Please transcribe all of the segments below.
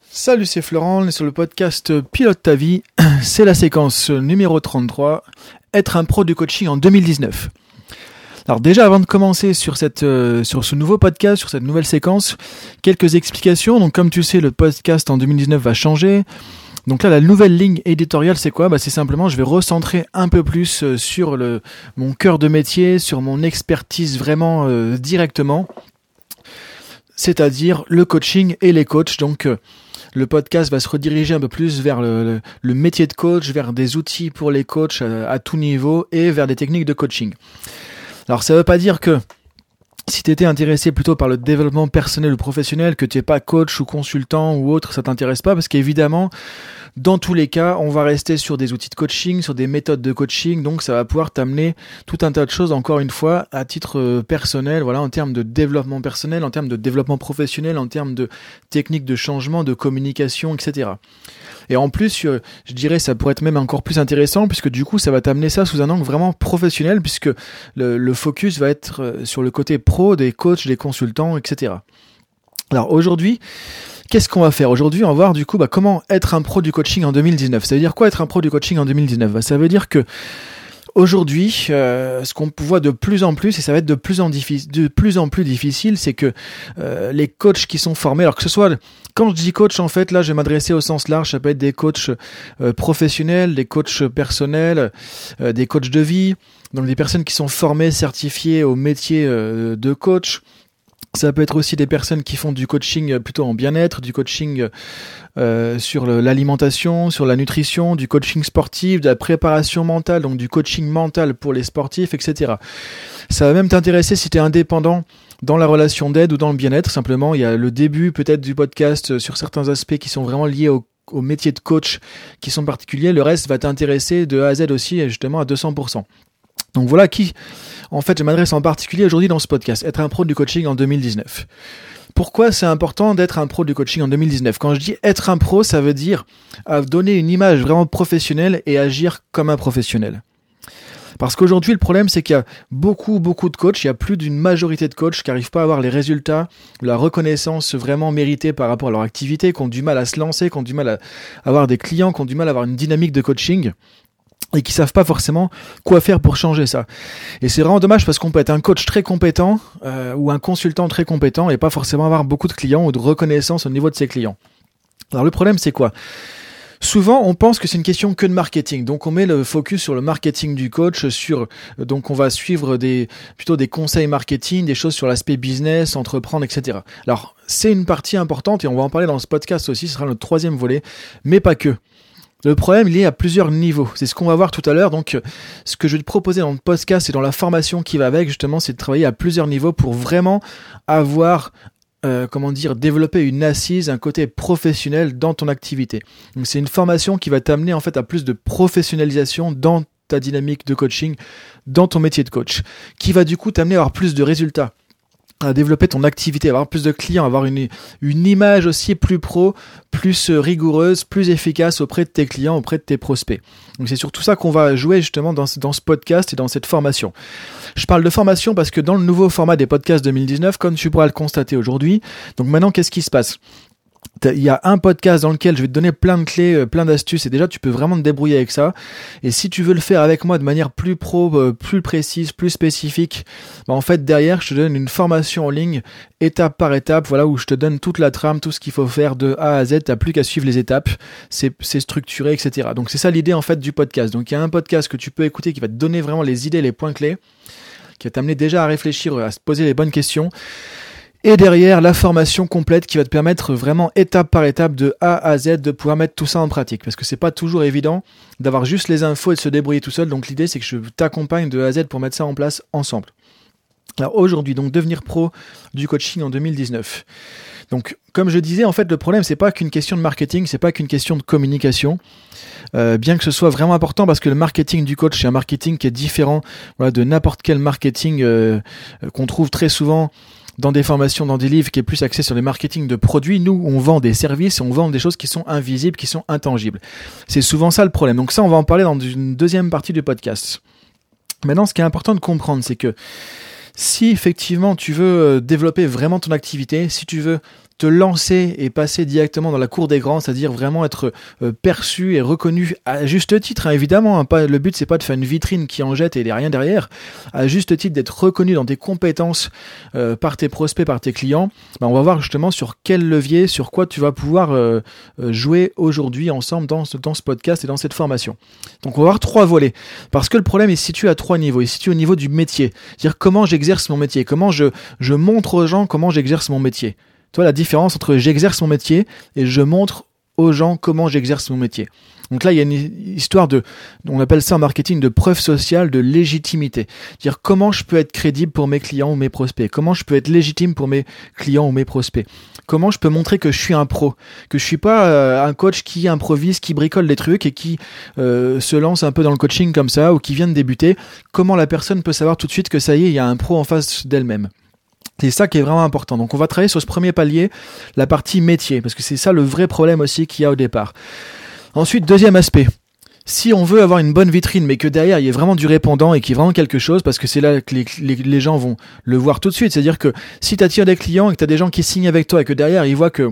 Salut, c'est Florent, on est sur le podcast Pilote ta vie. C'est la séquence numéro 33, être un pro du coaching en 2019. Alors déjà, avant de commencer sur ce nouveau podcast, sur cette nouvelle séquence, quelques explications. Donc comme tu sais, le podcast en 2019 va changer. Donc là, la nouvelle ligne éditoriale, c'est quoi ? C'est simplement, je vais recentrer un peu plus sur mon cœur de métier, sur mon expertise vraiment directement, c'est-à-dire le coaching et les coachs. Donc le podcast va se rediriger un peu plus vers le métier de coach, vers des outils pour les coachs à tout niveau et vers des techniques de coaching. Alors ça ne veut pas dire que si tu étais intéressé plutôt par le développement personnel ou professionnel, que tu n'es pas coach ou consultant ou autre, ça ne t'intéresse pas, parce qu'évidemment, dans tous les cas, on va rester sur des outils de coaching, sur des méthodes de coaching, donc ça va pouvoir t'amener tout un tas de choses, encore une fois, à titre personnel, voilà, en termes de développement personnel, en termes de développement professionnel, en termes de techniques de changement, de communication, etc. Et en plus, je dirais, ça pourrait être même encore plus intéressant, puisque du coup, ça va t'amener ça sous un angle vraiment professionnel, puisque le focus va être sur le côté pro des coachs, des consultants, etc. Alors aujourd'hui, qu'est-ce qu'on va faire ? Aujourd'hui, on va voir du coup comment être un pro du coaching en 2019. Ça veut dire quoi être un pro du coaching en 2019 ? Ça veut dire que aujourd'hui, ce qu'on voit de plus en plus, et ça va être de plus en plus difficile, c'est que les coachs qui sont formés, alors que ce soit, quand je dis coach, en fait, là, je vais m'adresser au sens large, ça peut être des coachs professionnels, des coachs personnels, des coachs de vie, donc des personnes qui sont formées, certifiées au métier de coach. Ça peut être aussi des personnes qui font du coaching plutôt en bien-être, du coaching sur l'alimentation, sur la nutrition, du coaching sportif, de la préparation mentale, donc du coaching mental pour les sportifs, etc. Ça va même t'intéresser si tu es indépendant dans la relation d'aide ou dans le bien-être. Simplement, il y a le début peut-être du podcast sur certains aspects qui sont vraiment liés au métier de coach qui sont particuliers. Le reste va t'intéresser de A à Z aussi, justement à 200%. Donc voilà en fait, je m'adresse en particulier aujourd'hui dans ce podcast, être un pro du coaching en 2019. Pourquoi c'est important d'être un pro du coaching en 2019 ? Quand je dis être un pro, ça veut dire donner une image vraiment professionnelle et agir comme un professionnel. Parce qu'aujourd'hui, le problème, c'est qu'il y a beaucoup de coachs, il y a plus d'une majorité de coachs qui n'arrivent pas à avoir les résultats, la reconnaissance vraiment méritée par rapport à leur activité, qui ont du mal à se lancer, qui ont du mal à avoir des clients, qui ont du mal à avoir une dynamique de coaching, et qui savent pas forcément quoi faire pour changer ça. Et c'est vraiment dommage parce qu'on peut être un coach très compétent ou un consultant très compétent et pas forcément avoir beaucoup de clients ou de reconnaissance au niveau de ses clients. Alors le problème, c'est quoi ? Souvent, on pense que c'est une question que de marketing. Donc, on met le focus sur le marketing du coach, donc on va suivre plutôt des conseils marketing, des choses sur l'aspect business, entreprendre, etc. Alors, c'est une partie importante et on va en parler dans ce podcast aussi, ce sera notre 3e volet, mais pas que. Le problème, il est à plusieurs niveaux. C'est ce qu'on va voir tout à l'heure. Donc, ce que je vais te proposer dans le podcast et dans la formation qui va avec, justement, c'est de travailler à plusieurs niveaux pour vraiment avoir, développer une assise, un côté professionnel dans ton activité. Donc, c'est une formation qui va t'amener, en fait, à plus de professionnalisation dans ta dynamique de coaching, dans ton métier de coach, qui va, du coup, t'amener à avoir plus de résultats, à développer ton activité, avoir plus de clients, avoir une image aussi plus pro, plus rigoureuse, plus efficace auprès de tes clients, auprès de tes prospects. Donc c'est sur tout ça qu'on va jouer justement dans ce podcast et dans cette formation. Je parle de formation parce que dans le nouveau format des podcasts 2019, comme tu pourras le constater aujourd'hui, donc maintenant qu'est-ce qui se passe ? Il y a un podcast dans lequel je vais te donner plein de clés, plein d'astuces et déjà tu peux vraiment te débrouiller avec ça. Et si tu veux le faire avec moi de manière plus pro, plus précise, plus spécifique, en fait derrière je te donne une formation en ligne étape par étape, voilà, où je te donne toute la trame, tout ce qu'il faut faire de A à Z. T'as plus qu'à suivre les étapes, c'est structuré, etc. Donc c'est ça l'idée en fait du podcast. Donc il y a un podcast que tu peux écouter qui va te donner vraiment les idées, les points clés, qui va t'amener déjà à réfléchir, à se poser les bonnes questions. Et derrière, la formation complète qui va te permettre vraiment étape par étape de A à Z de pouvoir mettre tout ça en pratique. Parce que c'est pas toujours évident d'avoir juste les infos et de se débrouiller tout seul. Donc l'idée, c'est que je t'accompagne de A à Z pour mettre ça en place ensemble. Alors aujourd'hui, donc devenir pro du coaching en 2019. Donc comme je disais, en fait, le problème, c'est pas qu'une question de marketing, c'est pas qu'une question de communication. Bien que ce soit vraiment important parce que le marketing du coach, c'est un marketing qui est différent de n'importe quel marketing qu'on trouve très souvent dans des formations, dans des livres, qui est plus axé sur les marketing de produits. Nous, on vend des services, on vend des choses qui sont invisibles, qui sont intangibles. C'est souvent ça le problème. Donc ça, on va en parler dans une deuxième partie du podcast. Maintenant, ce qui est important de comprendre, c'est que si effectivement tu veux développer vraiment ton activité, si tu veux te lancer et passer directement dans la cour des grands, c'est-à-dire vraiment être perçu et reconnu à juste titre, hein, évidemment. Hein, le but, c'est pas de faire une vitrine qui en jette et il n'y a rien derrière. À juste titre, d'être reconnu dans tes compétences par tes prospects, par tes clients. On va voir justement sur quel levier, sur quoi tu vas pouvoir jouer aujourd'hui ensemble dans ce podcast et dans cette formation. Donc on va voir 3 volets, parce que le problème est situé à 3 niveaux. Il est situé au niveau du métier, c'est-à-dire comment j'exerce mon métier, comment je montre aux gens comment j'exerce mon métier. Tu vois la différence entre j'exerce mon métier et je montre aux gens comment j'exerce mon métier. Donc là, il y a une histoire on appelle ça en marketing de preuve sociale, de légitimité. C'est-à-dire comment je peux être crédible pour mes clients ou mes prospects, comment je peux être légitime pour mes clients ou mes prospects. Comment je peux montrer que je suis un pro, que je suis pas un coach qui improvise, qui bricole des trucs et qui se lance un peu dans le coaching comme ça ou qui vient de débuter. Comment la personne peut savoir tout de suite que ça y est, il y a un pro en face d'elle-même. C'est ça qui est vraiment important. Donc on va travailler sur ce premier palier, la partie métier, parce que c'est ça le vrai problème aussi qu'il y a au départ. Ensuite, deuxième aspect. Si on veut avoir une bonne vitrine, mais que derrière il y ait vraiment du répondant et qu'il y ait vraiment quelque chose, parce que c'est là que les gens vont le voir tout de suite. C'est-à-dire que si tu attires des clients et que tu as des gens qui signent avec toi et que derrière ils voient que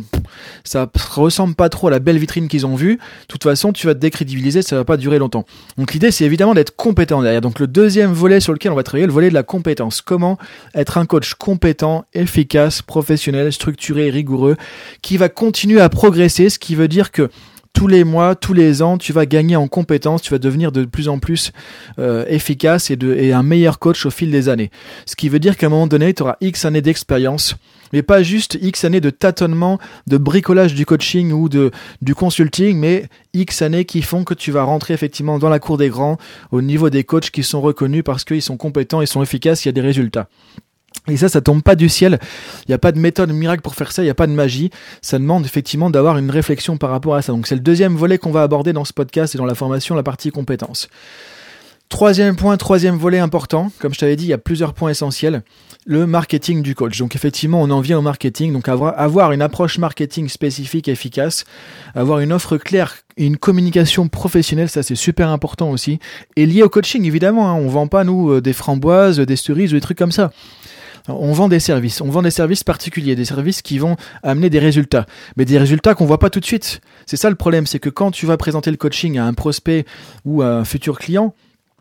ça ressemble pas trop à la belle vitrine qu'ils ont vue, de toute façon tu vas te décrédibiliser, ça va pas durer longtemps. Donc l'idée c'est évidemment d'être compétent derrière. Donc le deuxième volet sur lequel on va travailler, le volet de la compétence. Comment être un coach compétent, efficace, professionnel, structuré, rigoureux, qui va continuer à progresser, ce qui veut dire que tous les mois, tous les ans, tu vas gagner en compétences, tu vas devenir de plus en plus efficace et un meilleur coach au fil des années. Ce qui veut dire qu'à un moment donné, tu auras X années d'expérience, mais pas juste X années de tâtonnement, de bricolage du coaching ou du consulting, mais X années qui font que tu vas rentrer effectivement dans la cour des grands, au niveau des coachs qui sont reconnus parce qu'ils sont compétents, ils sont efficaces, il y a des résultats. Et ça tombe pas du ciel. Il n'y a pas de méthode miracle pour faire ça, il n'y a pas de magie. Ça demande effectivement d'avoir une réflexion par rapport à ça. Donc c'est le deuxième volet qu'on va aborder dans ce podcast et dans la formation, la partie compétences. Troisième volet important, comme je t'avais dit, il y a plusieurs points essentiels. Le marketing du coach. Donc effectivement, on en vient au marketing. Donc avoir une approche marketing spécifique, efficace, avoir une offre claire, une communication professionnelle, ça c'est super important aussi. Et lié au coaching, évidemment, hein, on vend pas nous des framboises, des cerises ou des trucs comme ça. On vend des services particuliers, des services qui vont amener des résultats, mais des résultats qu'on voit pas tout de suite. C'est ça le problème, c'est que quand tu vas présenter le coaching à un prospect ou à un futur client,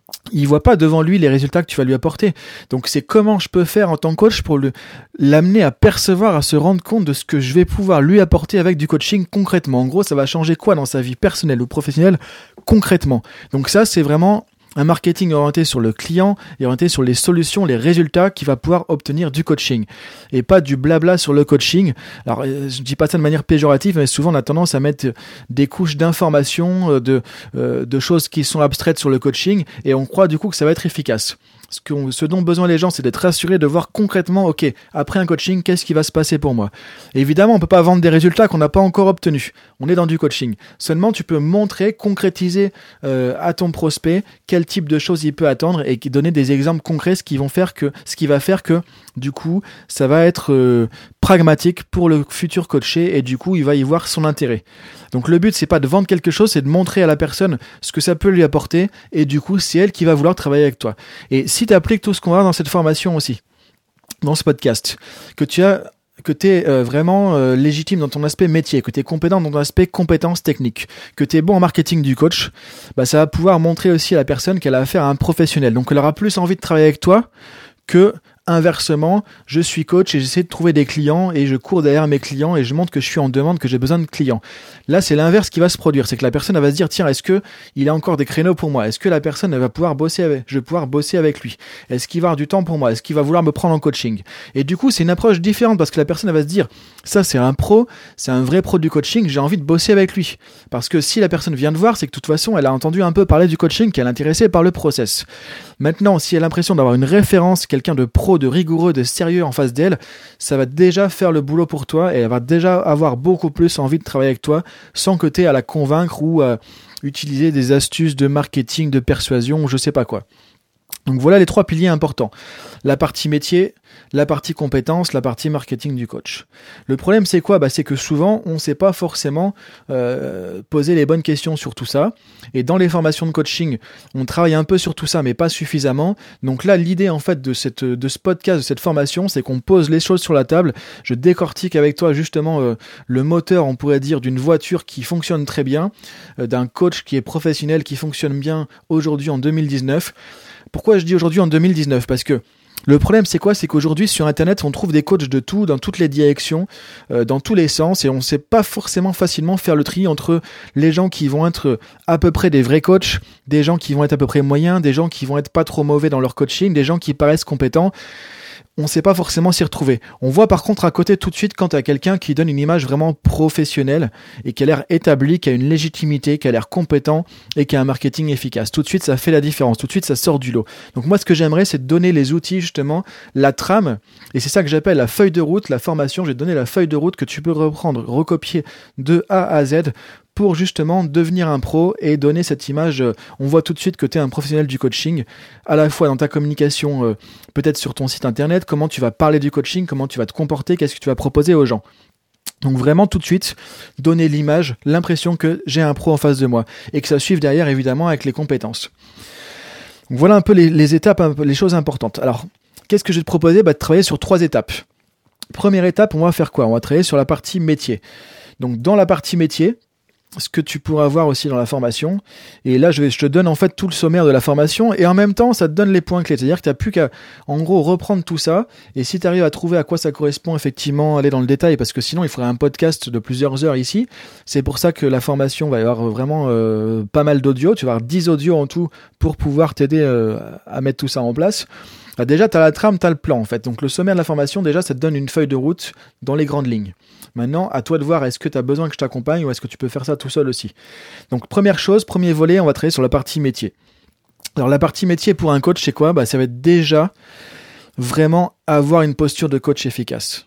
il voit pas devant lui les résultats que tu vas lui apporter. Donc c'est comment je peux faire en tant que coach pour l'amener à percevoir, à se rendre compte de ce que je vais pouvoir lui apporter avec du coaching concrètement. En gros, ça va changer quoi dans sa vie personnelle ou professionnelle concrètement. Donc ça, c'est vraiment un marketing orienté sur le client et orienté sur les solutions, les résultats qu'il va pouvoir obtenir du coaching. Et pas du blabla sur le coaching. Alors, je dis pas ça de manière péjorative, mais souvent on a tendance à mettre des couches d'informations, de choses qui sont abstraites sur le coaching et on croit du coup que ça va être efficace. Ce dont ont besoin les gens, c'est d'être rassurés, de voir concrètement, ok, après un coaching, qu'est-ce qui va se passer pour moi ? Et évidemment, on peut pas vendre des résultats qu'on n'a pas encore obtenus. On est dans du coaching. Seulement, tu peux montrer, concrétiser à ton prospect quel type de choses il peut attendre et donner des exemples concrets, ce qui va faire que, du coup, ça va être pragmatique pour le futur coaché et du coup, il va y voir son intérêt. Donc le but, c'est pas de vendre quelque chose, c'est de montrer à la personne ce que ça peut lui apporter et du coup, c'est elle qui va vouloir travailler avec toi. Et si tu appliques tout ce qu'on va dans cette formation aussi, dans ce podcast, que tu es vraiment légitime dans ton aspect métier, que tu es compétent dans ton aspect compétences techniques, que tu es bon en marketing du coach, ça va pouvoir montrer aussi à la personne qu'elle a affaire à un professionnel. Donc elle aura plus envie de travailler avec toi que inversement, je suis coach et j'essaie de trouver des clients et je cours derrière mes clients et je montre que je suis en demande, que j'ai besoin de clients. Là, c'est l'inverse qui va se produire. C'est que la personne elle va se dire, tiens, est-ce que il a encore des créneaux pour moi ? Est-ce que la personne elle va pouvoir bosser avec, je vais pouvoir bosser avec lui ? Est-ce qu'il va avoir du temps pour moi ? Est-ce qu'il va vouloir me prendre en coaching ? Et du coup, c'est une approche différente parce que la personne elle va se dire, ça c'est un pro, c'est un vrai pro du coaching, j'ai envie de bosser avec lui. Parce que si la personne vient de voir, c'est que de toute façon, elle a entendu un peu parler du coaching, qu'elle est intéressée par le process. Maintenant, si elle a l'impression d'avoir une référence, quelqu'un de pro, de rigoureux, de sérieux en face d'elle, ça va déjà faire le boulot pour toi et elle va déjà avoir beaucoup plus envie de travailler avec toi sans que tu aies à la convaincre ou à utiliser des astuces de marketing, de persuasion ou je sais pas quoi. Donc voilà les 3 piliers importants. La partie métier, la partie compétences, la partie marketing du coach. Le problème, c'est quoi ? C'est que souvent, on ne sait pas forcément poser les bonnes questions sur tout ça. Et dans les formations de coaching, on travaille un peu sur tout ça, mais pas suffisamment. Donc là, l'idée en fait de ce podcast, de cette formation, c'est qu'on pose les choses sur la table. Je décortique avec toi justement le moteur, on pourrait dire, d'une voiture qui fonctionne très bien, d'un coach qui est professionnel, qui fonctionne bien aujourd'hui en 2019. Pourquoi je dis aujourd'hui en 2019 ? Parce que le problème, c'est quoi ? C'est qu'aujourd'hui, sur Internet, on trouve des coachs de tout, dans toutes les directions, dans tous les sens, et on ne sait pas forcément facilement faire le tri entre les gens qui vont être à peu près des vrais coachs, des gens qui vont être à peu près moyens, des gens qui vont être pas trop mauvais dans leur coaching, des gens qui paraissent compétents. On ne sait pas forcément s'y retrouver. On voit par contre à côté tout de suite quand tu as quelqu'un qui donne une image vraiment professionnelle et qui a l'air établi, qui a une légitimité, qui a l'air compétent et qui a un marketing efficace. Tout de suite, ça fait la différence. Tout de suite, ça sort du lot. Donc moi, ce que j'aimerais, c'est de donner les outils, justement, la trame. Et c'est ça que j'appelle la feuille de route, la formation. Je vais te donner la feuille de route que tu peux reprendre, recopier de A à Z pour justement devenir un pro et donner cette image. On voit tout de suite que tu es un professionnel du coaching, à la fois dans ta communication, peut-être sur ton site internet, comment tu vas parler du coaching, comment tu vas te comporter, qu'est-ce que tu vas proposer aux gens. Donc vraiment tout de suite, donner l'image, l'impression que j'ai un pro en face de moi et que ça suive derrière évidemment avec les compétences. Donc voilà un peu les étapes, les choses importantes. Alors, qu'est-ce que je vais te proposer ? De travailler sur 3 étapes. Première étape, on va faire quoi ? On va travailler sur la partie métier. Donc dans la partie métier, ce que tu pourras voir aussi dans la formation, et là je te donne en fait tout le sommaire de la formation et en même temps ça te donne les points clés, c'est-à-dire que tu n'as plus qu'à en gros reprendre tout ça et si tu arrives à trouver à quoi ça correspond effectivement, aller dans le détail parce que sinon il faudrait un podcast de plusieurs heures ici. C'est pour ça que la formation va y avoir vraiment pas mal d'audio, tu vas avoir 10 audios en tout pour pouvoir t'aider à mettre tout ça en place. Déjà, tu as la trame, tu as le plan en fait. Donc le sommaire de la formation, déjà, ça te donne une feuille de route dans les grandes lignes. Maintenant, à toi de voir, est-ce que tu as besoin que je t'accompagne ou est-ce que tu peux faire ça tout seul aussi. Donc première chose, premier volet, on va travailler sur la partie métier. Alors la partie métier pour un coach, c'est quoi ? Ça va être déjà vraiment avoir une posture de coach efficace.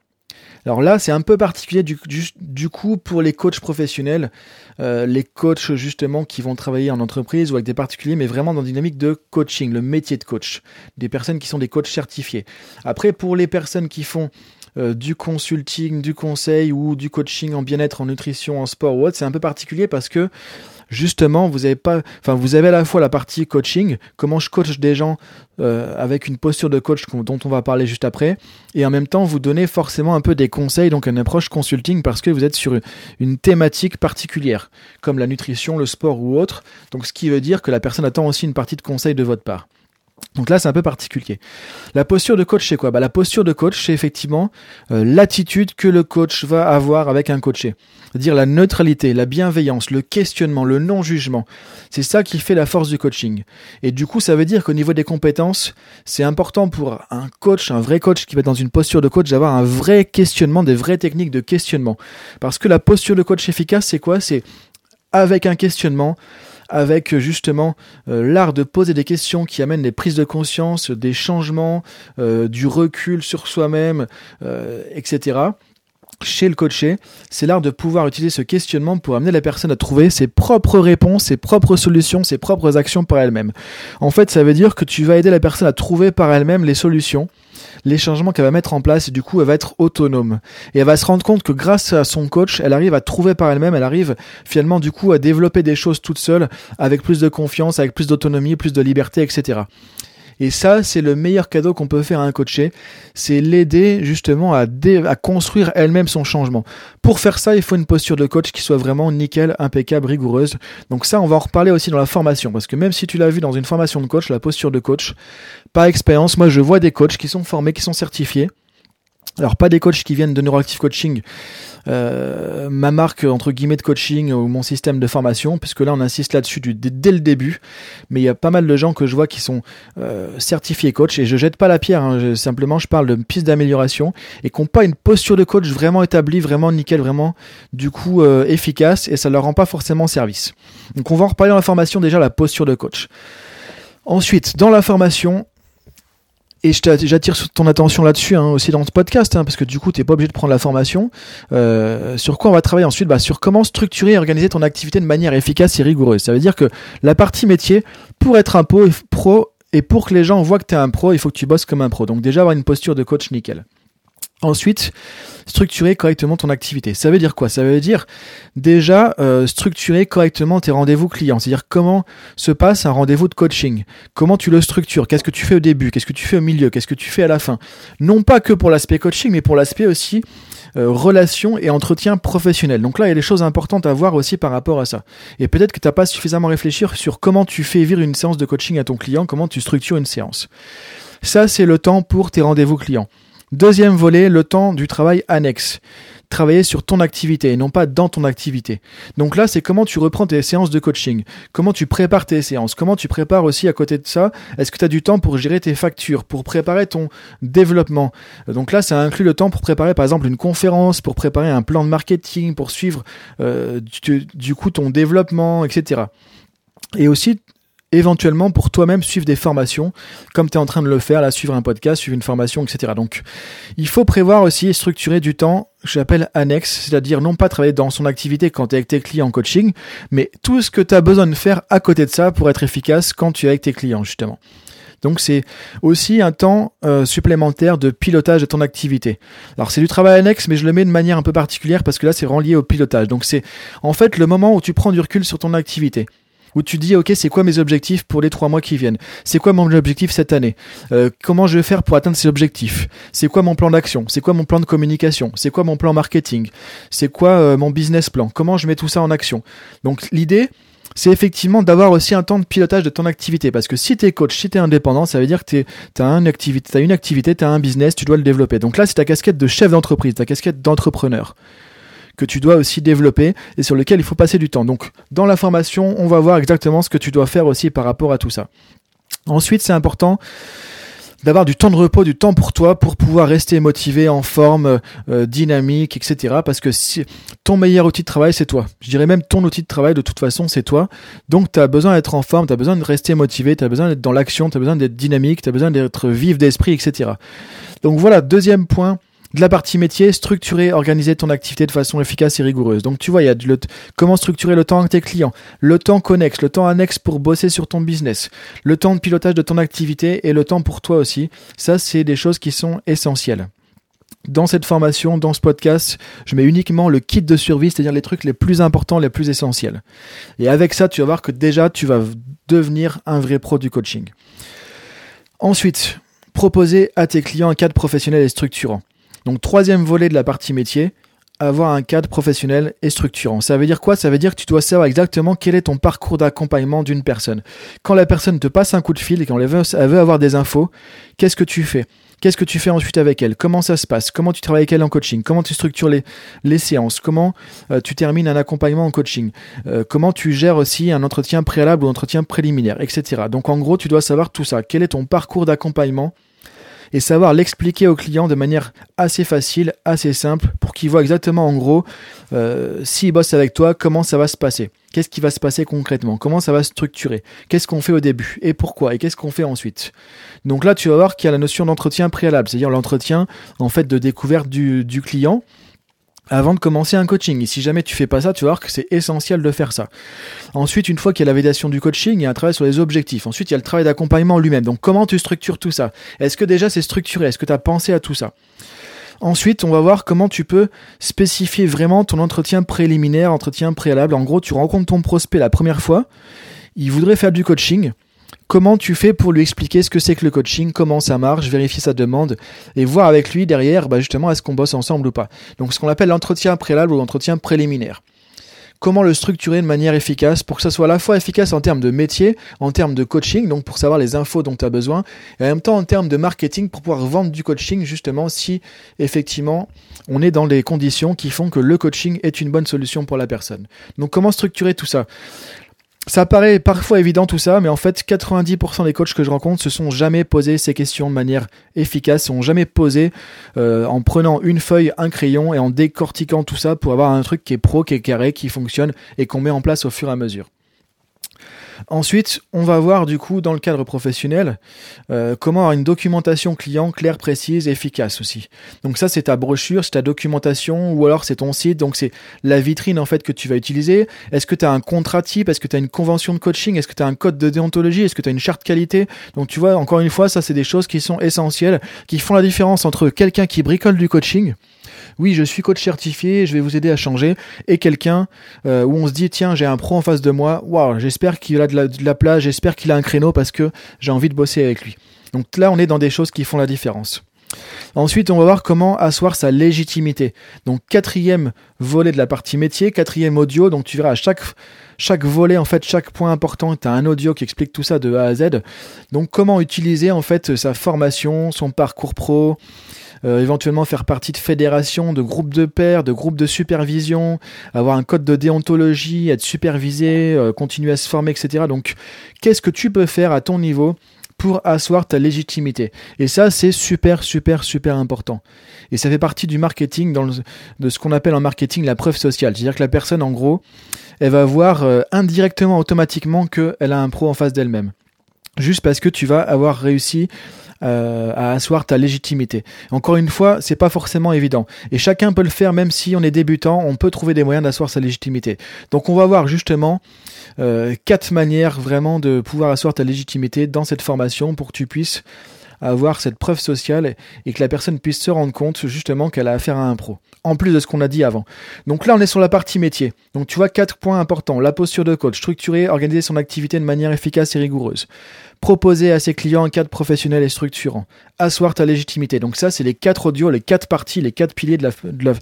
Alors là, c'est un peu particulier du coup pour les coachs professionnels, les coachs justement qui vont travailler en entreprise ou avec des particuliers, mais vraiment dans une dynamique de coaching, le métier de coach, des personnes qui sont des coachs certifiés. Après, pour les personnes qui font du consulting, du conseil ou du coaching en bien-être, en nutrition, en sport ou autre, c'est un peu particulier parce que justement, vous avez à la fois la partie coaching, comment je coach des gens avec une posture de coach dont on va parler juste après, et en même temps vous donnez forcément un peu des conseils, donc une approche consulting parce que vous êtes sur une thématique particulière, comme la nutrition, le sport ou autre, donc ce qui veut dire que la personne attend aussi une partie de conseil de votre part. Donc là, c'est un peu particulier. La posture de coach, c'est quoi ? La posture de coach, c'est effectivement l'attitude que le coach va avoir avec un coaché. C'est-à-dire la neutralité, la bienveillance, le questionnement, le non-jugement. C'est ça qui fait la force du coaching. Et du coup, ça veut dire qu'au niveau des compétences, c'est important pour un coach, un vrai coach qui va être dans une posture de coach, d'avoir un vrai questionnement, des vraies techniques de questionnement. Parce que la posture de coach efficace, c'est quoi ? C'est avec un questionnement, avec justement l'art de poser des questions qui amènent des prises de conscience, des changements, du recul sur soi-même, etc. Chez le coaché, c'est l'art de pouvoir utiliser ce questionnement pour amener la personne à trouver ses propres réponses, ses propres solutions, ses propres actions par elle-même. En fait, ça veut dire que tu vas aider la personne à trouver par elle-même les solutions, les changements qu'elle va mettre en place et du coup elle va être autonome. Et elle va se rendre compte que grâce à son coach, elle arrive à trouver par elle-même, elle arrive finalement du coup à développer des choses toute seule avec plus de confiance, avec plus d'autonomie, plus de liberté, etc. Et ça, c'est le meilleur cadeau qu'on peut faire à un coaché, c'est l'aider justement à construire elle-même son changement. Pour faire ça, il faut une posture de coach qui soit vraiment nickel, impeccable, rigoureuse. Donc ça, on va en reparler aussi dans la formation, parce que même si tu l'as vu dans une formation de coach, la posture de coach, par expérience, moi je vois des coachs qui sont formés, qui sont certifiés. Alors pas des coachs qui viennent de Neuroactive Coaching, ma marque entre guillemets de coaching ou mon système de formation, puisque là on insiste là-dessus dès le début, mais il y a pas mal de gens que je vois qui sont certifiés coach et je jette pas la pierre, simplement je parle de pistes d'amélioration et qui n'ont pas une posture de coach vraiment établie, vraiment nickel, vraiment du coup efficace et ça leur rend pas forcément service. Donc on va en reparler dans la formation déjà, la posture de coach. Ensuite, dans la formation, et j'attire ton attention là-dessus aussi dans ce podcast, parce que du coup, tu n'es pas obligé de prendre la formation. Sur quoi on va travailler ensuite ? Sur comment structurer et organiser ton activité de manière efficace et rigoureuse. Ça veut dire que la partie métier, pour être un pro, Et pour que les gens voient que tu es un pro, il faut que tu bosses comme un pro. Donc déjà avoir une posture de coach nickel. Ensuite, structurer correctement ton activité. Ça veut dire quoi ? Ça veut dire déjà structurer correctement tes rendez-vous clients. C'est-à-dire comment se passe un rendez-vous de coaching. Comment tu le structures ? Qu'est-ce que tu fais au début ? Qu'est-ce que tu fais au milieu ? Qu'est-ce que tu fais à la fin ? Non pas que pour l'aspect coaching, mais pour l'aspect aussi relations et entretien professionnel. Donc là, il y a des choses importantes à voir aussi par rapport à ça. Et peut-être que tu n'as pas suffisamment réfléchi sur comment tu fais vivre une séance de coaching à ton client, comment tu structures une séance. Ça, c'est le temps pour tes rendez-vous clients. Deuxième volet, le temps du travail annexe. Travailler sur ton activité et non pas dans ton activité. Donc là, c'est comment tu reprends tes séances de coaching, comment tu prépares tes séances, comment tu prépares aussi à côté de ça, est-ce que tu as du temps pour gérer tes factures, pour préparer ton développement. Donc là, ça inclut le temps pour préparer par exemple une conférence, pour préparer un plan de marketing, pour suivre du coup ton développement, etc. Et aussi éventuellement pour toi-même suivre des formations comme tu es en train de le faire, là, suivre un podcast, suivre une formation, etc. Donc il faut prévoir aussi et structurer du temps, j'appelle annexe, c'est-à-dire non pas travailler dans son activité quand tu es avec tes clients en coaching, mais tout ce que tu as besoin de faire à côté de ça pour être efficace quand tu es avec tes clients justement. Donc c'est aussi un temps supplémentaire de pilotage de ton activité. Alors c'est du travail annexe, mais je le mets de manière un peu particulière parce que là c'est relié au pilotage. Donc c'est en fait le moment où tu prends du recul sur ton activité. Où tu dis, ok, c'est quoi mes objectifs pour les 3 mois qui viennent ? C'est quoi mon objectif cette année ? Comment je vais faire pour atteindre ces objectifs ? C'est quoi mon plan d'action ? C'est quoi mon plan de communication ? C'est quoi mon plan marketing ? C'est quoi mon business plan ? Comment je mets tout ça en action ? Donc l'idée, c'est effectivement d'avoir aussi un temps de pilotage de ton activité. Parce que si tu es coach, si tu es indépendant, ça veut dire que tu as une activité, tu as un business, tu dois le développer. Donc là, c'est ta casquette de chef d'entreprise, ta casquette d'entrepreneur que tu dois aussi développer et sur lequel il faut passer du temps. Donc, dans la formation, on va voir exactement ce que tu dois faire aussi par rapport à tout ça. Ensuite, c'est important d'avoir du temps de repos, du temps pour toi, pour pouvoir rester motivé, en forme, dynamique, etc. Parce que si ton meilleur outil de travail, c'est toi. Je dirais même ton outil de travail, de toute façon, c'est toi. Donc, tu as besoin d'être en forme, tu as besoin de rester motivé, tu as besoin d'être dans l'action, tu as besoin d'être dynamique, tu as besoin d'être vif d'esprit, etc. Donc, voilà, deuxième point. De la partie métier, structurer, organiser ton activité de façon efficace et rigoureuse. Donc tu vois, il y a comment structurer le temps avec tes clients, le temps connexe, le temps annexe pour bosser sur ton business, le temps de pilotage de ton activité et le temps pour toi aussi. Ça, c'est des choses qui sont essentielles. Dans cette formation, dans ce podcast, je mets uniquement le kit de survie, c'est-à-dire les trucs les plus importants, les plus essentiels. Et avec ça, tu vas voir que déjà, tu vas devenir un vrai pro du coaching. Ensuite, proposer à tes clients un cadre professionnel et structurant. Donc, troisième volet de la partie métier, avoir un cadre professionnel et structurant. Ça veut dire quoi ? Ça veut dire que tu dois savoir exactement quel est ton parcours d'accompagnement d'une personne. Quand la personne te passe un coup de fil et qu'elle veut avoir des infos, qu'est-ce que tu fais ? Qu'est-ce que tu fais ensuite avec elle ? Comment ça se passe ? Comment tu travailles avec elle en coaching ? Comment tu structures les séances ? Comment tu termines un accompagnement en coaching ? Comment tu gères aussi un entretien préalable ou un entretien préliminaire, etc. Donc, en gros, tu dois savoir tout ça. Quel est ton parcours d'accompagnement ? Et savoir l'expliquer au client de manière assez facile, assez simple, pour qu'il voit exactement en gros, s'il bosse avec toi, comment ça va se passer. Qu'est-ce qui va se passer concrètement ? Comment ça va se structurer ? Qu'est-ce qu'on fait au début ? Et pourquoi ? Et qu'est-ce qu'on fait ensuite ? Donc là, tu vas voir qu'il y a la notion d'entretien préalable, c'est-à-dire l'entretien en fait de découverte du client avant de commencer un coaching. Et si jamais tu fais pas ça, tu vas voir que c'est essentiel de faire ça. Ensuite, une fois qu'il y a la validation du coaching, il y a un travail sur les objectifs. Ensuite, il y a le travail d'accompagnement lui-même. Donc, comment tu structures tout ça ? Est-ce que déjà c'est structuré ? Est-ce que tu as pensé à tout ça ? Ensuite, on va voir comment tu peux spécifier vraiment ton entretien préliminaire, entretien préalable. En gros, tu rencontres ton prospect la première fois. Il voudrait faire du coaching. Comment tu fais pour lui expliquer ce que c'est que le coaching, comment ça marche, vérifier sa demande et voir avec lui derrière, justement, est-ce qu'on bosse ensemble ou pas. Donc, ce qu'on appelle l'entretien préalable ou l'entretien préliminaire. Comment le structurer de manière efficace pour que ça soit à la fois efficace en termes de métier, en termes de coaching, donc pour savoir les infos dont tu as besoin, et en même temps en termes de marketing pour pouvoir vendre du coaching, justement, si effectivement on est dans les conditions qui font que le coaching est une bonne solution pour la personne. Donc, comment structurer tout ça ? Ça paraît parfois évident tout ça, mais en fait 90% des coachs que je rencontre se sont jamais posé ces questions de manière efficace, se sont jamais posé en prenant une feuille, un crayon et en décortiquant tout ça pour avoir un truc qui est pro, qui est carré, qui fonctionne et qu'on met en place au fur et à mesure. Ensuite, on va voir du coup dans le cadre professionnel comment avoir une documentation client claire, précise et efficace aussi. Donc ça, c'est ta brochure, c'est ta documentation ou alors c'est ton site. Donc c'est la vitrine en fait que tu vas utiliser. Est-ce que tu as un contrat type? Est-ce que tu as une convention de coaching? Est-ce que tu as un code de déontologie? Est-ce que tu as une charte qualité? Donc tu vois, encore une fois, ça c'est des choses qui sont essentielles, qui font la différence entre quelqu'un qui bricole du coaching. Oui, je suis coach certifié, je vais vous aider à changer. Et quelqu'un où on se dit, tiens, j'ai un pro en face de moi. Waouh, j'espère qu'il a de la place, j'espère qu'il a un créneau parce que j'ai envie de bosser avec lui. Donc là, on est dans des choses qui font la différence. Ensuite, on va voir comment asseoir sa légitimité. Donc, 4e volet de la partie métier, 4e audio. Donc, tu verras à chaque volet, en fait, chaque point important, tu as un audio qui explique tout ça de A à Z. Donc, comment utiliser, en fait, sa formation, son parcours pro, éventuellement faire partie de fédérations, de groupes de pairs, de groupes de supervision, avoir un code de déontologie, être supervisé, continuer à se former, etc. Donc, qu'est-ce que tu peux faire à ton niveau pour asseoir ta légitimité? Et ça, c'est super important. Et ça fait partie du marketing, de ce qu'on appelle en marketing la preuve sociale. C'est-à-dire que la personne, en gros, elle va voir indirectement, automatiquement qu'elle a un pro en face d'elle-même. Juste parce que tu vas avoir réussi à asseoir ta légitimité. Encore une fois, c'est pas forcément évident. Et chacun peut le faire, même si on est débutant, on peut trouver des moyens d'asseoir sa légitimité. Donc on va voir justement 4 manières vraiment de pouvoir asseoir ta légitimité dans cette formation pour que tu puisses avoir cette preuve sociale et que la personne puisse se rendre compte justement qu'elle a affaire à un pro. En plus de ce qu'on a dit avant. Donc là, on est sur la partie métier. Donc tu vois 4 points importants. La posture de coach, structurer, organiser son activité de manière efficace et rigoureuse. Proposer à ses clients un cadre professionnel et structurant. Asseoir ta légitimité. Donc ça, c'est les 4 audios, les 4 parties, les 4 piliers de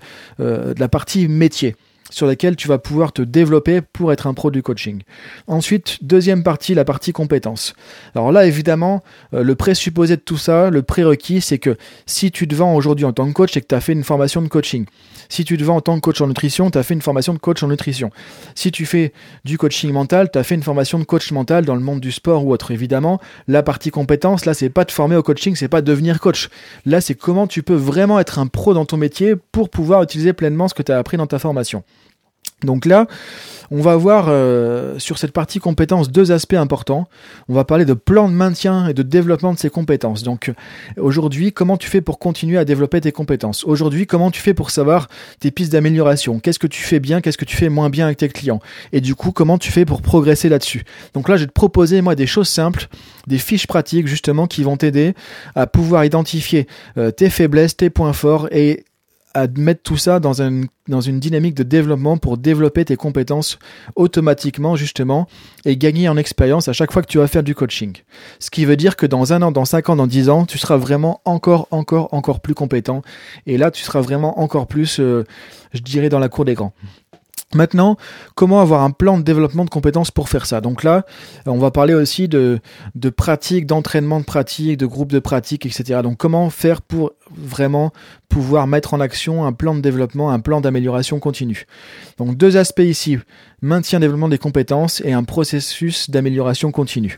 la partie métier, sur laquelle tu vas pouvoir te développer pour être un pro du coaching. Ensuite, deuxième partie, la partie compétences. Alors là, évidemment, le présupposé de tout ça, le prérequis, c'est que si tu te vends aujourd'hui en tant que coach, c'est que tu as fait une formation de coaching. Si tu te vends en tant que coach en nutrition, tu as fait une formation de coach en nutrition. Si tu fais du coaching mental, tu as fait une formation de coach mental dans le monde du sport ou autre. Évidemment, la partie compétences, là, c'est pas te former au coaching, c'est pas devenir coach. Là, c'est comment tu peux vraiment être un pro dans ton métier pour pouvoir utiliser pleinement ce que tu as appris dans ta formation. Donc là, on va voir sur cette partie compétences 2 aspects importants. On va parler de plan de maintien et de développement de ces compétences. Donc aujourd'hui, comment tu fais pour continuer à développer tes compétences? Aujourd'hui, comment tu fais pour savoir tes pistes d'amélioration? Qu'est-ce que tu fais bien? Qu'est-ce que tu fais moins bien avec tes clients? Et du coup, comment tu fais pour progresser là-dessus? Donc là, je vais te proposer, moi, des choses simples, des fiches pratiques justement qui vont t'aider à pouvoir identifier tes faiblesses, tes points forts et à mettre tout ça dans une dynamique de développement pour développer tes compétences automatiquement justement et gagner en expérience à chaque fois que tu vas faire du coaching. Ce qui veut dire que dans 1 an, dans 5 ans, dans 10 ans, tu seras vraiment encore plus compétent et là tu seras vraiment encore plus, je dirais, dans la cour des grands. Maintenant, comment avoir un plan de développement de compétences pour faire ça? Donc là, on va parler aussi de pratiques, d'entraînement de pratiques, de groupes de pratiques, etc. Donc comment faire pour vraiment pouvoir mettre en action un plan de développement, un plan d'amélioration continue. Donc 2 aspects ici, maintien, développement des compétences et un processus d'amélioration continue.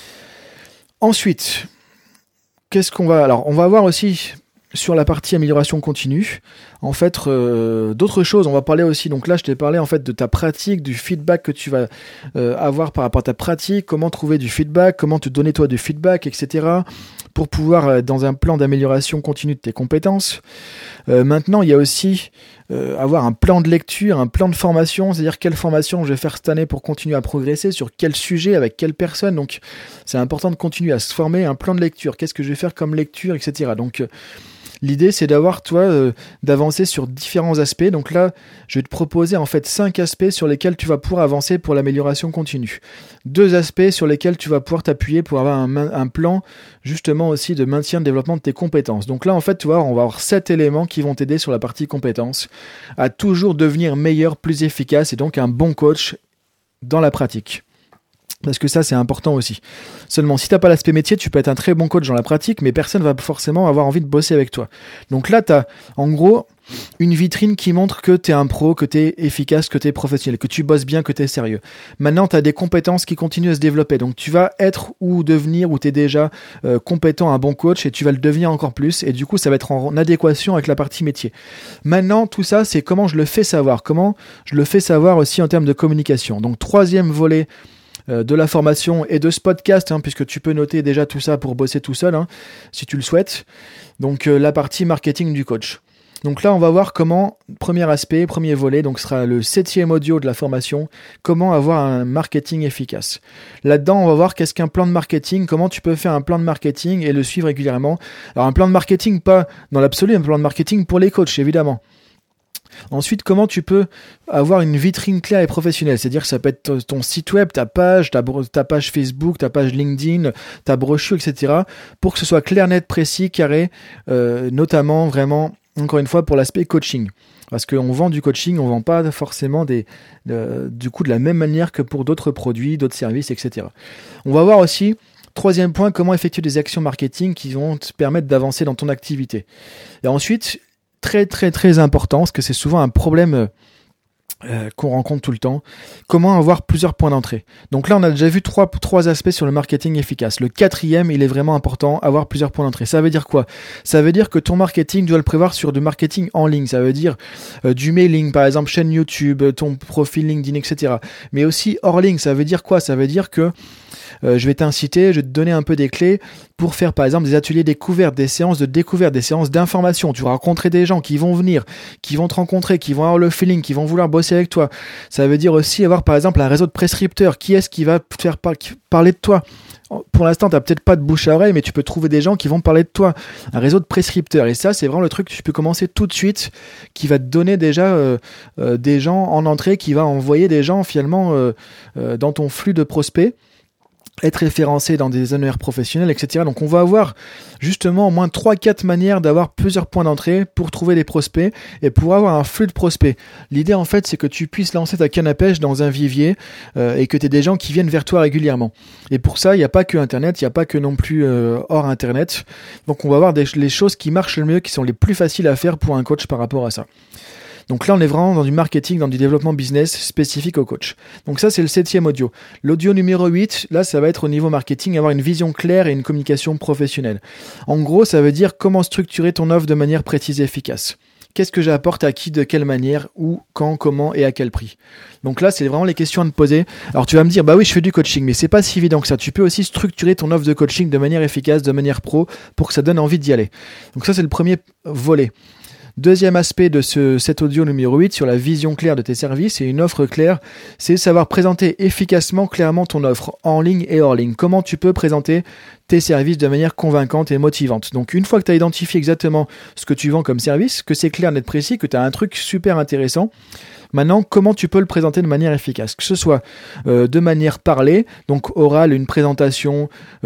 Ensuite, alors on va voir aussi sur la partie amélioration continue, en fait, d'autres choses. On va parler aussi, donc là, je t'ai parlé en fait de ta pratique, du feedback que tu vas avoir par rapport à ta pratique, comment trouver du feedback, comment te donner toi du feedback, etc. pour pouvoir être dans un plan d'amélioration continue de tes compétences. Maintenant, il y a aussi avoir un plan de lecture, un plan de formation, c'est-à-dire quelle formation je vais faire cette année pour continuer à progresser, sur quel sujet, avec quelle personne. Donc, c'est important de continuer à se former, un plan de lecture. Qu'est-ce que je vais faire comme lecture, etc. Donc, l'idée, c'est d'avancer sur différents aspects. Donc là, je vais te proposer en fait 5 aspects sur lesquels tu vas pouvoir avancer pour l'amélioration continue. 2 aspects sur lesquels tu vas pouvoir t'appuyer pour avoir un plan justement aussi de maintien, de développement de tes compétences. Donc là, en fait, tu vois, on va avoir 7 éléments qui vont t'aider sur la partie compétences à toujours devenir meilleur, plus efficace et donc un bon coach dans la pratique. Parce que ça, c'est important aussi. Seulement, si t'as pas l'aspect métier, tu peux être un très bon coach dans la pratique, mais personne va forcément avoir envie de bosser avec toi. Donc là, t'as, en gros, une vitrine qui montre que t'es un pro, que t'es efficace, que t'es professionnel, que tu bosses bien, que t'es sérieux. Maintenant, t'as des compétences qui continuent à se développer. Donc, tu vas être ou devenir, ou t'es déjà compétent, un bon coach, et tu vas le devenir encore plus. Et du coup, ça va être en adéquation avec la partie métier. Maintenant, tout ça, c'est comment je le fais savoir. Comment je le fais savoir aussi en termes de communication. Donc, 3e volet de la formation et de ce podcast, puisque tu peux noter déjà tout ça pour bosser tout seul, si tu le souhaites. Donc la partie marketing du coach. Donc là, on va voir comment, premier aspect, premier volet, donc ce sera le 7e audio de la formation, comment avoir un marketing efficace. Là-dedans, on va voir qu'est-ce qu'un plan de marketing, comment tu peux faire un plan de marketing et le suivre régulièrement. Alors un plan de marketing, pas dans l'absolu, un plan de marketing pour les coachs, évidemment. Ensuite, comment tu peux avoir une vitrine claire et professionnelle, c'est-à-dire que ça peut être ton site web, ta page Facebook, ta page LinkedIn, ta brochure, etc., pour que ce soit clair, net, précis, carré, notamment vraiment, encore une fois, pour l'aspect coaching. Parce qu'on vend du coaching, on ne vend pas forcément du coup de la même manière que pour d'autres produits, d'autres services, etc. On va voir aussi, troisième point, comment effectuer des actions marketing qui vont te permettre d'avancer dans ton activité. Et ensuite, très très très important, parce que c'est souvent un problème qu'on rencontre tout le temps, comment avoir plusieurs points d'entrée. Donc là, on a déjà vu trois aspects sur le marketing efficace. Le 4e, il est vraiment important, avoir plusieurs points d'entrée. Ça veut dire quoi ? Ça veut dire que ton marketing, tu dois le prévoir sur du marketing en ligne. Ça veut dire du mailing, par exemple, chaîne YouTube, ton profil LinkedIn, etc. Mais aussi hors ligne, ça veut dire quoi ? Ça veut dire que je vais t'inciter, je vais te donner un peu des clés pour faire par exemple des ateliers découvertes, des séances de découverte, des séances d'information. Tu vas rencontrer des gens qui vont venir, qui vont te rencontrer, qui vont avoir le feeling, qui vont vouloir bosser avec toi. Ça veut dire aussi avoir par exemple un réseau de prescripteurs. Qui est-ce qui va te faire parler de toi ? Pour l'instant, tu n'as peut-être pas de bouche à oreille, mais tu peux trouver des gens qui vont parler de toi. Un réseau de prescripteurs. Et ça, c'est vraiment le truc que tu peux commencer tout de suite, qui va te donner déjà des gens en entrée, qui va envoyer des gens finalement dans ton flux de prospects, être référencé dans des annuaires professionnels, etc. Donc on va avoir justement au moins 3-4 manières d'avoir plusieurs points d'entrée pour trouver des prospects et pour avoir un flux de prospects. L'idée en fait c'est que tu puisses lancer ta canne à pêche dans un vivier et que tu aies des gens qui viennent vers toi régulièrement. Et pour ça, il n'y a pas que Internet, il n'y a pas que non plus hors Internet. Donc on va voir les choses qui marchent le mieux, qui sont les plus faciles à faire pour un coach par rapport à ça. Donc là, on est vraiment dans du marketing, dans du développement business spécifique au coach. Donc ça, c'est le 7e audio. L'audio numéro 8, là, ça va être au niveau marketing, avoir une vision claire et une communication professionnelle. En gros, ça veut dire comment structurer ton offre de manière précise et efficace. Qu'est-ce que j'apporte à qui, de quelle manière, où, quand, comment et à quel prix. Donc là, c'est vraiment les questions à te poser. Alors tu vas me dire, bah oui, je fais du coaching, mais c'est pas si évident que ça. Tu peux aussi structurer ton offre de coaching de manière efficace, de manière pro, pour que ça donne envie d'y aller. Donc ça, c'est le premier volet. Deuxième aspect de cet audio numéro 8 sur la vision claire de tes services et une offre claire, c'est savoir présenter efficacement, clairement ton offre en ligne et hors ligne. Comment tu peux présenter tes services de manière convaincante et motivante. Donc une fois que tu as identifié exactement ce que tu vends comme service, que c'est clair, net, précis, que tu as un truc super intéressant, maintenant, comment tu peux le présenter de manière efficace ? Que ce soit de manière parlée, donc orale, une présentation,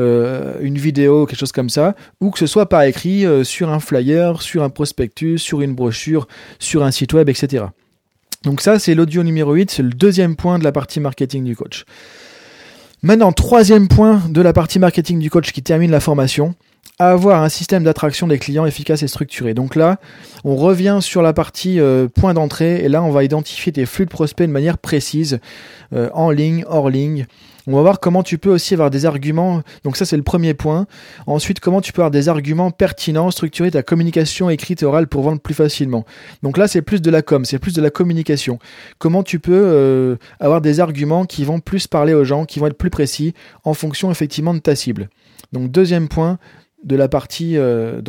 une vidéo, quelque chose comme ça, ou que ce soit par écrit sur un flyer, sur un prospectus, sur une brochure, sur un site web, etc. Donc ça, c'est l'audio numéro 8, c'est le deuxième point de la partie marketing du coach. Maintenant, troisième point de la partie marketing du coach qui termine la formation, avoir un système d'attraction des clients efficace et structuré. Donc là, on revient sur la partie point d'entrée et là, on va identifier tes flux de prospects de manière précise, en ligne, hors ligne. On va voir comment tu peux aussi avoir des arguments. Donc ça, c'est le premier point. Ensuite, comment tu peux avoir des arguments pertinents, structurer ta communication écrite et orale pour vendre plus facilement. Donc là, c'est plus de la com, c'est plus de la communication. Comment tu peux avoir des arguments qui vont plus parler aux gens, qui vont être plus précis en fonction effectivement de ta cible. Donc deuxième point de la partie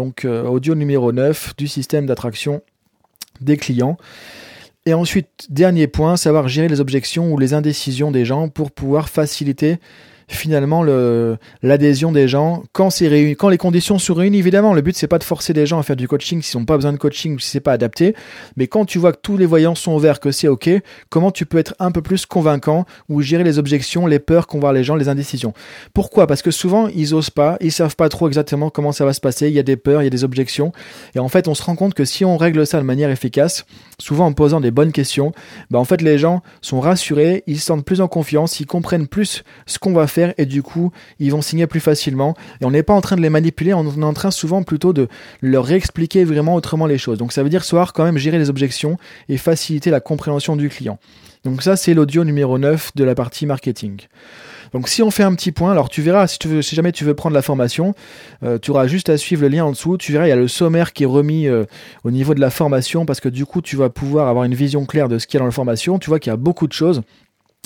audio numéro 9 du système d'attraction des clients. Et ensuite, dernier point, savoir gérer les objections ou les indécisions des gens pour pouvoir faciliter finalement l'adhésion des gens quand les conditions sont réunies. Évidemment, le but c'est pas de forcer des gens à faire du coaching s'ils n'ont pas besoin de coaching ou si c'est pas adapté, mais quand tu vois que tous les voyants sont ouverts, que c'est ok, comment tu peux être un peu plus convaincant ou gérer les objections, les peurs qu'ont voir les gens, les indécisions. Pourquoi ? Parce que souvent ils osent pas, ils savent pas trop exactement comment ça va se passer, il y a des peurs, il y a des objections, et en fait on se rend compte que si on règle ça de manière efficace, souvent en posant des bonnes questions, en fait les gens sont rassurés, ils se sentent plus en confiance, ils comprennent plus ce qu'on va faire et du coup ils vont signer plus facilement et on n'est pas en train de les manipuler, on est en train souvent plutôt de leur réexpliquer vraiment autrement les choses. Donc ça veut dire savoir quand même gérer les objections et faciliter la compréhension du client. Donc ça c'est l'audio numéro 9 de la partie marketing. Donc si on fait un petit point, alors tu verras, si jamais tu veux prendre la formation, tu auras juste à suivre le lien en dessous, tu verras il y a le sommaire qui est remis au niveau de la formation parce que du coup tu vas pouvoir avoir une vision claire de ce qu'il y a dans la formation, tu vois qu'il y a beaucoup de choses.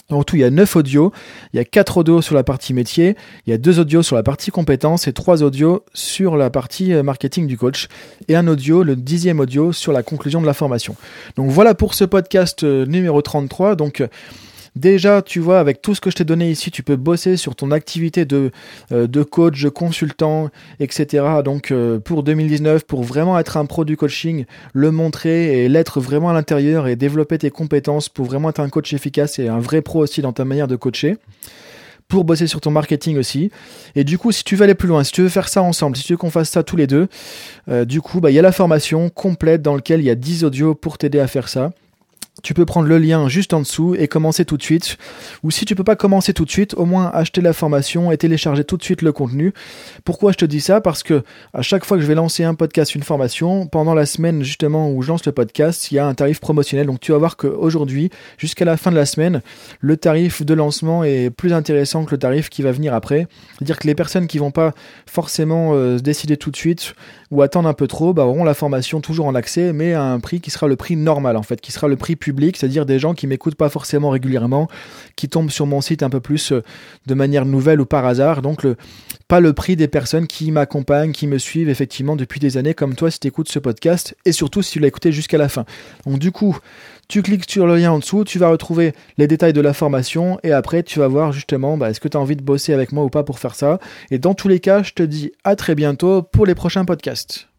En tout, il y a 9 audios, il y a 4 audios sur la partie métier, il y a 2 audios sur la partie compétences et 3 audios sur la partie marketing du coach et un audio, le 10e audio, sur la conclusion de la formation. Donc voilà pour ce podcast numéro 33. Donc déjà, tu vois, avec tout ce que je t'ai donné ici, tu peux bosser sur ton activité de coach, de consultant, etc. Donc pour 2019, pour vraiment être un pro du coaching, le montrer et l'être vraiment à l'intérieur et développer tes compétences pour vraiment être un coach efficace et un vrai pro aussi dans ta manière de coacher. Pour bosser sur ton marketing aussi. Et du coup, si tu veux aller plus loin, si tu veux faire ça ensemble, si tu veux qu'on fasse ça tous les deux, du coup, il y a la formation complète dans laquelle il y a 10 audios pour t'aider à faire ça. Tu peux prendre le lien juste en dessous et commencer tout de suite. Ou si tu peux pas commencer tout de suite, au moins acheter la formation et télécharger tout de suite le contenu. Pourquoi je te dis ça ? Parce que à chaque fois que je vais lancer un podcast, une formation, pendant la semaine justement où je lance le podcast, il y a un tarif promotionnel. Donc tu vas voir qu'aujourd'hui, jusqu'à la fin de la semaine, le tarif de lancement est plus intéressant que le tarif qui va venir après. C'est-à-dire que les personnes qui vont pas forcément se décider tout de suite ou attendre un peu trop, auront la formation toujours en accès, mais à un prix qui sera le prix normal en fait, qui sera le prix public, c'est-à-dire des gens qui m'écoutent pas forcément régulièrement, qui tombent sur mon site un peu plus de manière nouvelle ou par hasard, donc pas le prix des personnes qui m'accompagnent, qui me suivent effectivement depuis des années comme toi si tu écoutes ce podcast, et surtout si tu l'as écouté jusqu'à la fin. Donc du coup, tu cliques sur le lien en dessous, tu vas retrouver les détails de la formation et après tu vas voir justement est-ce que tu as envie de bosser avec moi ou pas pour faire ça. Et dans tous les cas, je te dis à très bientôt pour les prochains podcasts.